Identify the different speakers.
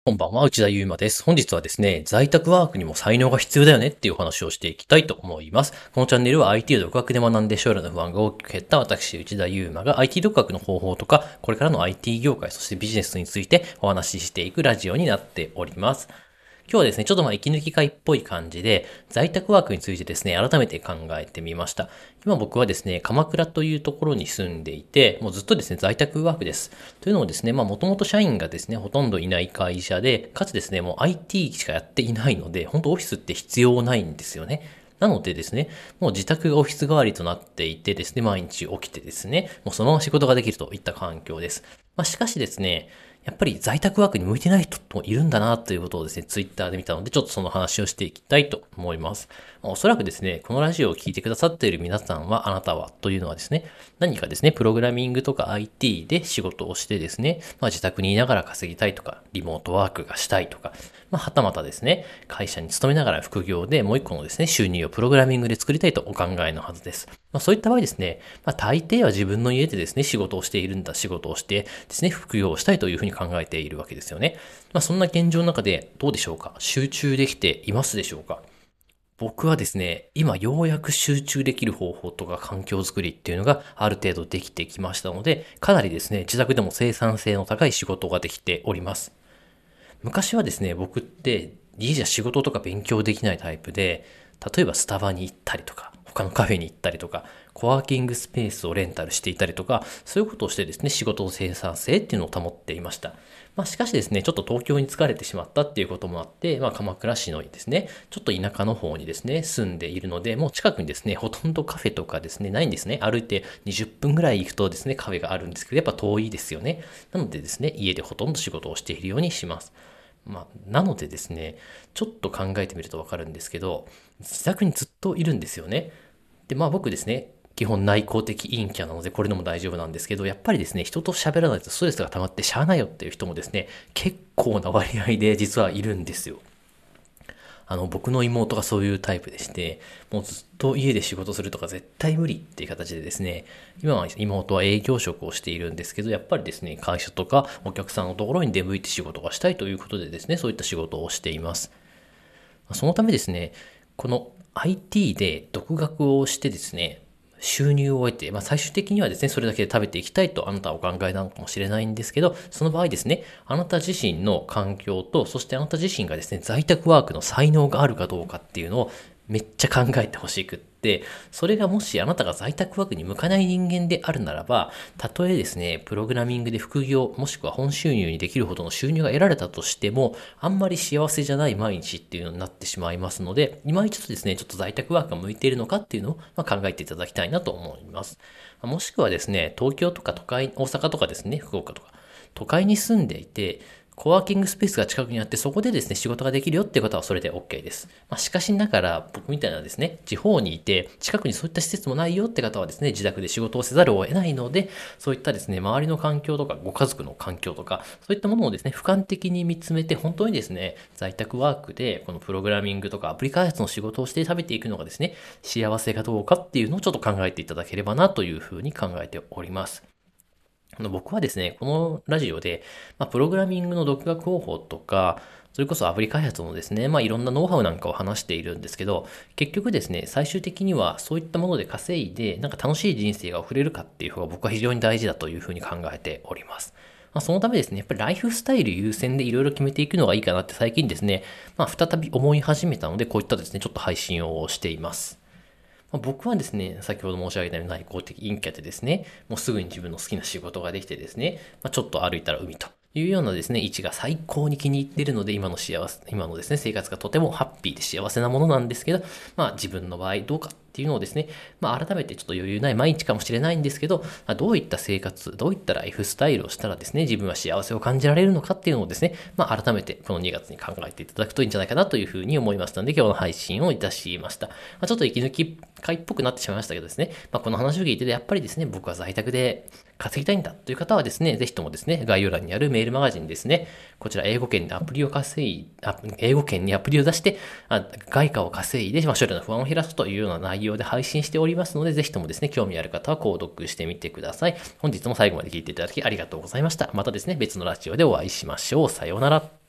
Speaker 1: こんばんは、内田祐馬です。本日はですね、在宅ワークにも才能が必要だよねっていうお話をしていきたいと思います。このチャンネルは IT を独学で学んで将来の不安が大きく減った私、内田祐馬が IT 独学の方法とか、これからの IT 業界、そしてビジネスについてお話ししていくラジオになっております。今日はですね、ちょっと息抜き会っぽい感じで、在宅ワークについてですね、改めて考えてみました。今僕はですね、鎌倉というところに住んでいて、もうずっとですね、在宅ワークです。というのもですね、もともと社員がですね、ほとんどいない会社で、かつですね、もう IT しかやっていないので、本当オフィスって必要ないんですよね。なのでですね、もう自宅がオフィス代わりとなっていてですね、毎日起きてですね、もうそのまま仕事ができるといった環境です。しかしですね、やっぱり在宅ワークに向いてない人もいるんだなということをですね、ツイッターで見たので、ちょっとその話をしていきたいと思います。おそらくですね、このラジオを聞いてくださっている皆さんは、あなたはというのはですね、何かですね、プログラミングとか IT で仕事をしてですね、自宅にいながら稼ぎたいとか、リモートワークがしたいとか、はたまたですね、会社に勤めながら副業でもう一個のですね、収入をプログラミングで作りたいとお考えのはずです。そういった場合ですね、大抵は自分の家でですね、仕事をしてですね、副業をしたいというふうに考えているわけですよね。そんな現状の中でどうでしょうか？集中できていますでしょうか？僕はですね、今ようやく集中できる方法とか環境づくりっていうのがある程度できてきましたので、かなりですね、自宅でも生産性の高い仕事ができております。昔はですね、僕って家じゃ仕事とか勉強できないタイプで、例えばスタバに行ったりとか、他のカフェに行ったりとか、コワーキングスペースをレンタルしていたりとか、そういうことをしてですね、仕事の生産性っていうのを保っていました。しかしですね、ちょっと東京に疲れてしまったっていうこともあって、鎌倉市のですね、ちょっと田舎の方にですね、住んでいるので、もう近くにですね、ほとんどカフェとかですね、ないんですね。歩いて20分ぐらい行くとですね、カフェがあるんですけど、やっぱ遠いですよね。なのでですね、家でほとんど仕事をしているようにします。なのでですね、ちょっと考えてみるとわかるんですけど、自宅にずっといるんですよね。で、僕ですね、基本内向的陰キャなのでこれでも大丈夫なんですけど、やっぱりですね、人と喋らないとストレスが溜まってしゃあないよっていう人もですね、結構な割合で実はいるんですよ。僕の妹がそういうタイプでして、もうずっと家で仕事するとか絶対無理っていう形でですね、今は妹は営業職をしているんですけど、やっぱりですね、会社とかお客さんのところに出向いて仕事がしたいということでですね、そういった仕事をしています。そのためですね、この IT で独学をしてですね、収入を得て、最終的にはですね、それだけで食べていきたいとあなたはお考えなのかもしれないんですけど、その場合ですね、あなた自身の環境と、そしてあなた自身がですね、在宅ワークの才能があるかどうかっていうのをめっちゃ考えてほしくって、それがもしあなたが在宅ワークに向かない人間であるならば、たとえですね、プログラミングで副業、もしくは本収入にできるほどの収入が得られたとしても、あんまり幸せじゃない毎日っていうのになってしまいますので、今一度ですね、ちょっと在宅ワークが向いているのかっていうのを考えていただきたいなと思います。もしくはですね、東京とか都会、大阪とかですね、福岡とか、都会に住んでいて、コワーキングスペースが近くにあって、そこでですね、仕事ができるよっていう方はそれで OK です。しかしながら、僕みたいなですね、地方にいて、近くにそういった施設もないよって方はですね、自宅で仕事をせざるを得ないので、そういったですね、周りの環境とか、ご家族の環境とか、そういったものをですね、俯瞰的に見つめて、本当にですね、在宅ワークで、このプログラミングとかアプリ開発の仕事をして食べていくのがですね、幸せかどうかっていうのをちょっと考えていただければなというふうに考えております。僕はですね、このラジオで、プログラミングの独学方法とか、それこそアプリ開発のですね、いろんなノウハウなんかを話しているんですけど、結局ですね、最終的にはそういったもので稼いで、楽しい人生が送れるかっていう方が僕は非常に大事だというふうに考えております。そのためですね、やっぱりライフスタイル優先でいろいろ決めていくのがいいかなって最近ですね、再び思い始めたので、こういったですね、ちょっと配信をしています。僕はですね、先ほど申し上げたように内向的陰キャでですね、もうすぐに自分の好きな仕事ができてですね、ちょっと歩いたら海というようなですね、位置が最高に気に入っているので、今のですね、生活がとてもハッピーで幸せなものなんですけど、自分の場合どうかっていうのをですね、改めてちょっと余裕ない毎日かもしれないんですけど、どういった生活、どういったライフスタイルをしたらですね、自分は幸せを感じられるのかっていうのをですね、改めてこの2月に考えていただくといいんじゃないかなというふうに思いましたので、今日の配信をいたしました。ちょっと息抜き会っぽくなってしまいましたけどですね、この話を聞いてて、やっぱりですね、僕は在宅で稼ぎたいんだという方はですね、ぜひともですね、概要欄にあるメールマガジンですね、こちら英語圏でアプリを稼い、英語圏にアプリを出して、外貨を稼いで、将来の不安を減らすというような内容で配信しておりますので、ぜひともですね、興味ある方は購読してみてください。本日も最後まで聞いていただきありがとうございました。またですね、別のラジオでお会いしましょう。さようなら。